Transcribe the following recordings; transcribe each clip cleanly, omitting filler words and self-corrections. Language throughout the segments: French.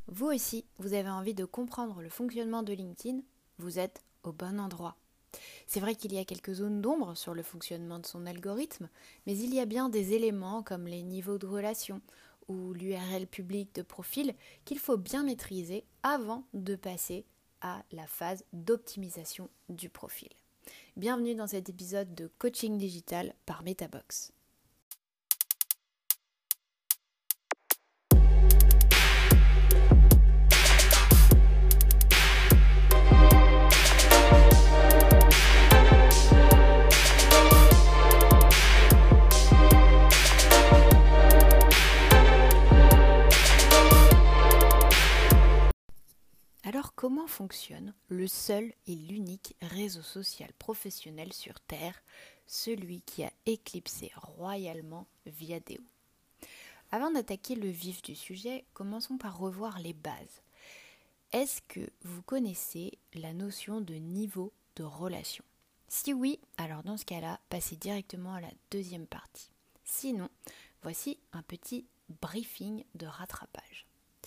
Vous aussi, vous avez envie de comprendre le fonctionnement de LinkedIn, vous êtes au bon endroit. C'est vrai qu'il y a quelques zones d'ombre sur le fonctionnement de son algorithme, mais il y a bien des éléments comme les niveaux de relations ou l'URL publique de profil qu'il faut bien maîtriser avant de passer à la phase d'optimisation du profil. Bienvenue dans cet épisode de Coaching Digital par Metabox. Alors comment fonctionne le seul et l'unique réseau social professionnel sur Terre, celui qui a éclipsé royalement Viadeo? Avant d'attaquer le vif du sujet, commençons par revoir les bases. Est-ce que vous connaissez la notion de niveau de relation? Si oui, alors dans ce cas-là, passez directement à la deuxième partie. Sinon, voici un petit briefing de rattrapage.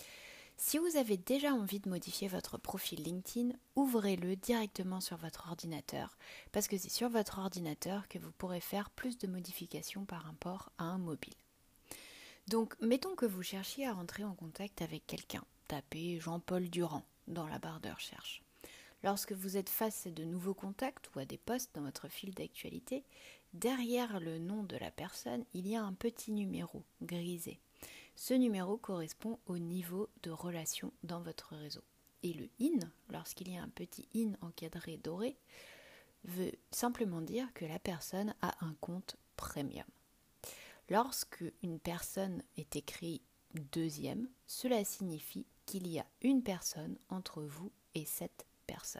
Si vous avez déjà envie de modifier votre profil LinkedIn, ouvrez-le directement sur votre ordinateur, parce que c'est sur votre ordinateur que vous pourrez faire plus de modifications par rapport à un mobile. Donc, mettons que vous cherchiez à entrer en contact avec quelqu'un. Tapez Jean-Paul Durand dans la barre de recherche. Lorsque vous êtes face à de nouveaux contacts ou à des posts dans votre fil d'actualité, derrière le nom de la personne, il y a un petit numéro grisé. Ce numéro correspond au niveau de relation dans votre réseau. Et le IN, lorsqu'il y a un petit IN encadré doré, veut simplement dire que la personne a un compte premium. Lorsque une personne est écrite deuxième, cela signifie qu'il y a une personne entre vous et cette personne.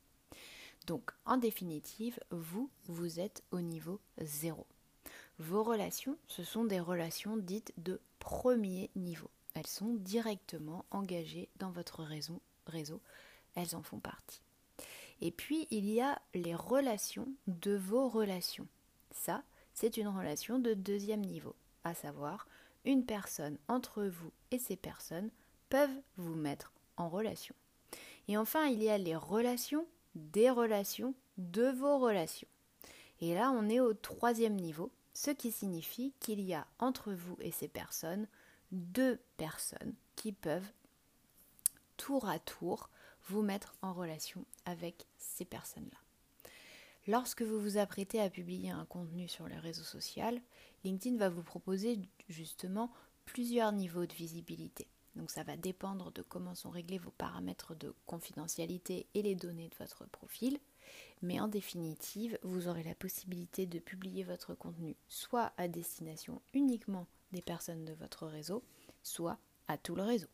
Donc, en définitive, vous êtes au niveau 0. Vos relations, ce sont des relations dites de premier niveau. Elles sont directement engagées dans votre réseau, elles en font partie. Et puis, il y a les relations de vos relations. Ça, c'est une relation de deuxième niveau, à savoir, une personne entre vous et ces personnes peuvent vous mettre en relation. Et enfin, il y a les relations des relations de vos relations. Et là, on est au troisième niveau, ce qui signifie qu'il y a entre vous et ces personnes deux personnes qui peuvent tour à tour vous mettre en relation avec ces personnes-là. Lorsque vous vous apprêtez à publier un contenu sur le réseau social, LinkedIn va vous proposer justement plusieurs niveaux de visibilité. Donc ça va dépendre de comment sont réglés vos paramètres de confidentialité et les données de votre profil. Mais en définitive, vous aurez la possibilité de publier votre contenu soit à destination uniquement des personnes de votre réseau, soit à tout le réseau.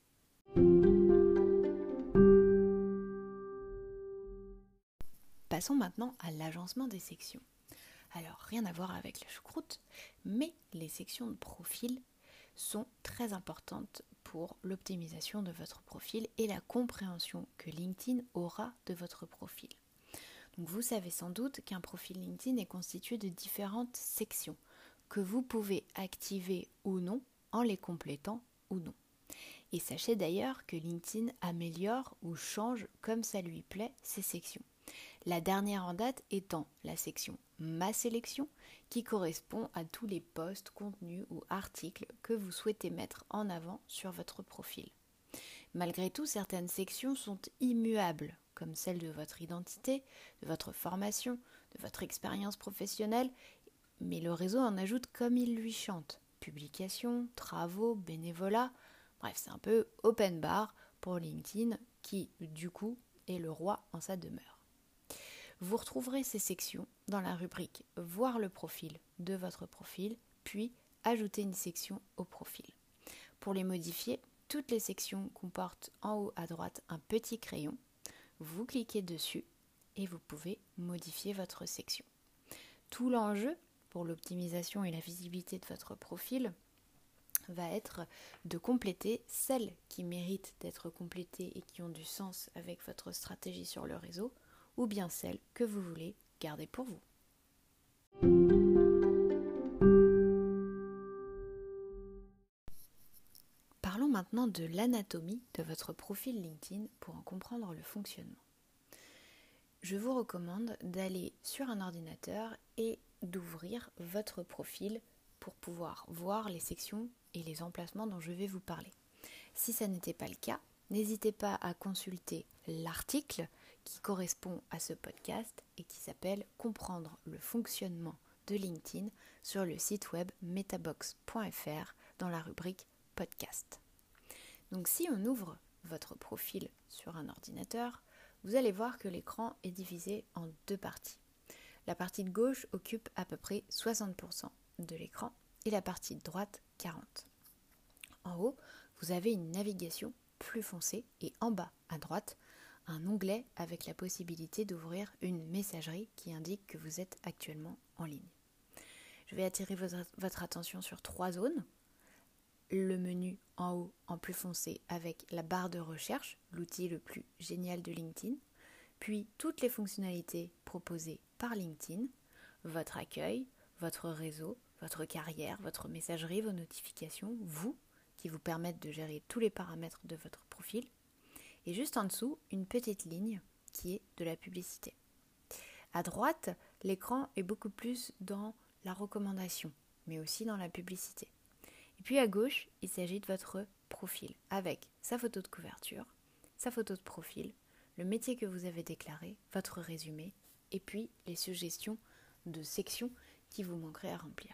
Passons maintenant à l'agencement des sections. Alors, rien à voir avec le choucroute, mais les sections de profil sont très importantes pour l'optimisation de votre profil et la compréhension que LinkedIn aura de votre profil. Donc vous savez sans doute qu'un profil LinkedIn est constitué de différentes sections que vous pouvez activer ou non en les complétant ou non. Et sachez d'ailleurs que LinkedIn améliore ou change comme ça lui plaît ces sections. La dernière en date étant la section Ma sélection qui correspond à tous les posts, contenus ou articles que vous souhaitez mettre en avant sur votre profil. Malgré tout, certaines sections sont immuables, comme celle de votre identité, de votre formation, de votre expérience professionnelle, mais le réseau en ajoute comme il lui chante. Publications, travaux, bénévolat, bref, c'est un peu open bar pour LinkedIn qui, du coup, est le roi en sa demeure. Vous retrouverez ces sections dans la rubrique « Voir le profil » de votre profil, puis ajouter une section au profil. Pour les modifier, toutes les sections comportent en haut à droite un petit crayon. Vous cliquez dessus et vous pouvez modifier votre section. Tout l'enjeu pour l'optimisation et la visibilité de votre profil va être de compléter celles qui méritent d'être complétées et qui ont du sens avec votre stratégie sur le réseau, ou bien celles que vous voulez garder pour vous. Parlons maintenant de l'anatomie de votre profil LinkedIn pour en comprendre le fonctionnement. Je vous recommande d'aller sur un ordinateur et d'ouvrir votre profil pour pouvoir voir les sections et les emplacements dont je vais vous parler. Si ça n'était pas le cas, n'hésitez pas à consulter l'article qui correspond à ce podcast et qui s'appelle « Comprendre le fonctionnement de LinkedIn » sur le site web metabox.fr dans la rubrique « Podcast ». Donc si on ouvre votre profil sur un ordinateur, vous allez voir que l'écran est divisé en deux parties. La partie de gauche occupe à peu près 60% de l'écran et la partie de droite 40%. En haut, vous avez une navigation plus foncée et en bas à droite, un onglet avec la possibilité d'ouvrir une messagerie qui indique que vous êtes actuellement en ligne. Je vais attirer votre attention sur 3 zones. Le menu en haut en plus foncé avec la barre de recherche, l'outil le plus génial de LinkedIn, puis toutes les fonctionnalités proposées par LinkedIn, votre accueil, votre réseau, votre carrière, votre messagerie, vos notifications, qui vous permettent de gérer tous les paramètres de votre profil, et juste en dessous, une petite ligne qui est de la publicité. À droite, l'écran est beaucoup plus dans la recommandation, mais aussi dans la publicité. Et puis à gauche, il s'agit de votre profil, avec sa photo de couverture, sa photo de profil, le métier que vous avez déclaré, votre résumé, et puis les suggestions de sections qui vous manqueraient à remplir.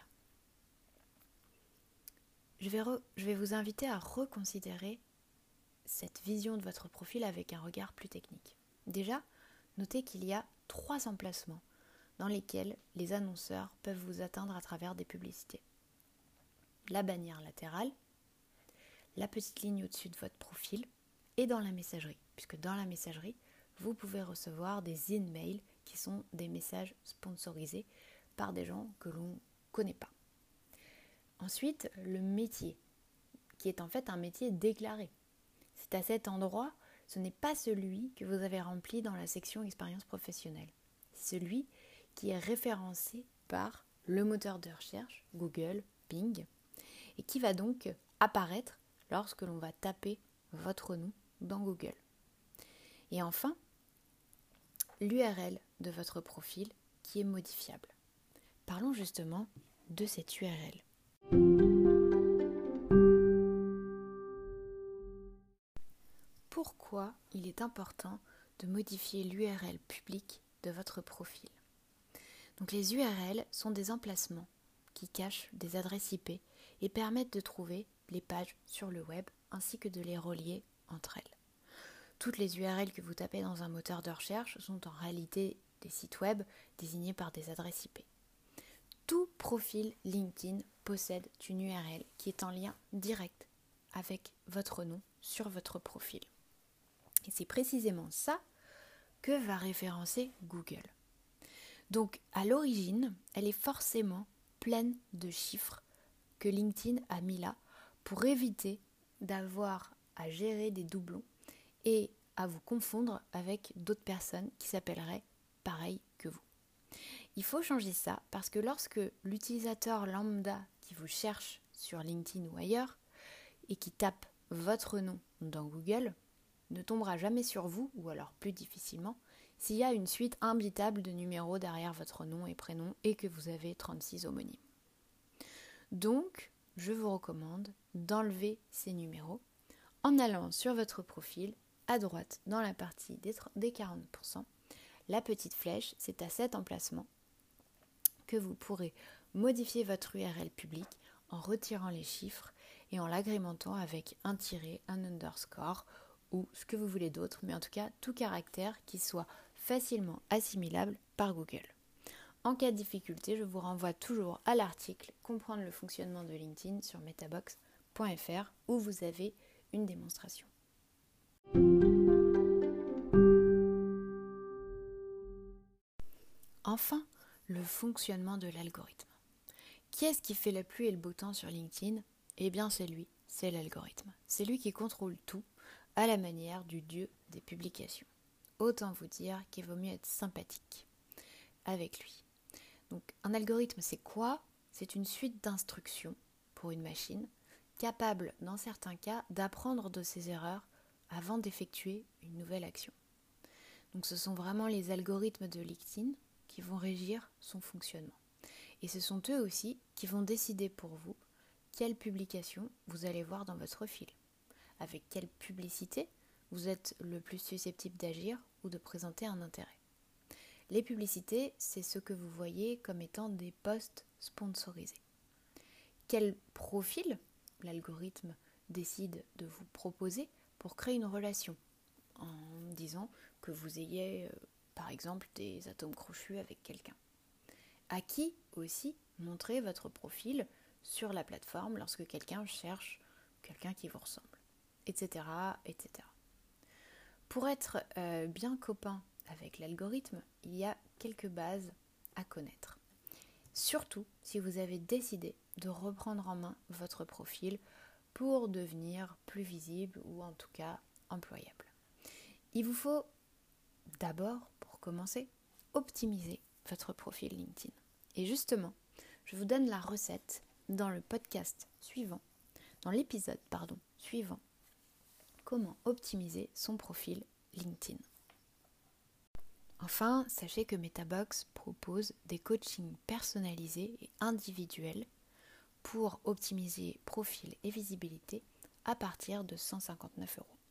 Je vais vous inviter à reconsidérer cette vision de votre profil avec un regard plus technique. Déjà, notez qu'il y a 3 emplacements dans lesquels les annonceurs peuvent vous atteindre à travers des publicités. La bannière latérale, la petite ligne au-dessus de votre profil et dans la messagerie, puisque dans la messagerie, vous pouvez recevoir des in-mails qui sont des messages sponsorisés par des gens que l'on ne connaît pas. Ensuite, le métier, qui est en fait un métier déclaré. C'est à cet endroit, ce n'est pas celui que vous avez rempli dans la section expérience professionnelle. C'est celui qui est référencé par le moteur de recherche, Google, Bing, et qui va donc apparaître lorsque l'on va taper votre nom dans Google. Et enfin, l'URL de votre profil qui est modifiable. Parlons justement de cette URL. Pourquoi il est important de modifier l'URL publique de votre profil? Donc les URL sont des emplacements qui cachent des adresses IP et permettent de trouver les pages sur le web ainsi que de les relier entre elles. Toutes les URL que vous tapez dans un moteur de recherche sont en réalité des sites web désignés par des adresses IP. Tout profil LinkedIn possède une URL qui est en lien direct avec votre nom sur votre profil. Et c'est précisément ça que va référencer Google. Donc à l'origine, elle est forcément pleine de chiffres que LinkedIn a mis là pour éviter d'avoir à gérer des doublons et à vous confondre avec d'autres personnes qui s'appelleraient pareil que vous. Il faut changer ça parce que lorsque l'utilisateur lambda qui vous cherche sur LinkedIn ou ailleurs et qui tape votre nom dans Google ne tombera jamais sur vous, ou alors plus difficilement, s'il y a une suite imbitable de numéros derrière votre nom et prénom et que vous avez 36 homonymes. Donc, je vous recommande d'enlever ces numéros en allant sur votre profil, à droite dans la partie des 40%. La petite flèche, c'est à cet emplacement que vous pourrez modifier votre URL publique en retirant les chiffres et en l'agrémentant avec un tiret, un underscore ou ce que vous voulez d'autre, mais en tout cas tout caractère qui soit facilement assimilable par Google. En cas de difficulté, je vous renvoie toujours à l'article « Comprendre le fonctionnement de LinkedIn » sur metabox.fr où vous avez une démonstration. Enfin, le fonctionnement de l'algorithme. Qui est-ce qui fait la pluie et le beau temps sur LinkedIn? Eh bien c'est lui, c'est l'algorithme. C'est lui qui contrôle tout à la manière du dieu des publications. Autant vous dire qu'il vaut mieux être sympathique avec lui. Donc un algorithme c'est quoi? C'est une suite d'instructions pour une machine capable, dans certains cas, d'apprendre de ses erreurs avant d'effectuer une nouvelle action. Donc ce sont vraiment les algorithmes de LinkedIn qui vont régir son fonctionnement. Et ce sont eux aussi qui vont décider pour vous quelle publication vous allez voir dans votre fil, avec quelle publicité vous êtes le plus susceptible d'agir ou de présenter un intérêt. Les publicités, c'est ce que vous voyez comme étant des posts sponsorisés. Quel profil l'algorithme décide de vous proposer pour créer une relation, en disant que vous ayez par exemple des atomes crochus avec quelqu'un. À qui aussi montrer votre profil sur la plateforme lorsque quelqu'un cherche quelqu'un qui vous ressemble, etc. etc. Pour être bien copain avec l'algorithme, il y a quelques bases à connaître. Surtout si vous avez décidé de reprendre en main votre profil pour devenir plus visible ou en tout cas employable. Il vous faut d'abord, pour commencer, optimiser votre profil LinkedIn. Et justement, je vous donne la recette dans le podcast suivant, dans l'épisode suivant, comment optimiser son profil LinkedIn. Enfin, sachez que Metabox propose des coachings personnalisés et individuels pour optimiser profil et visibilité à partir de 159 €.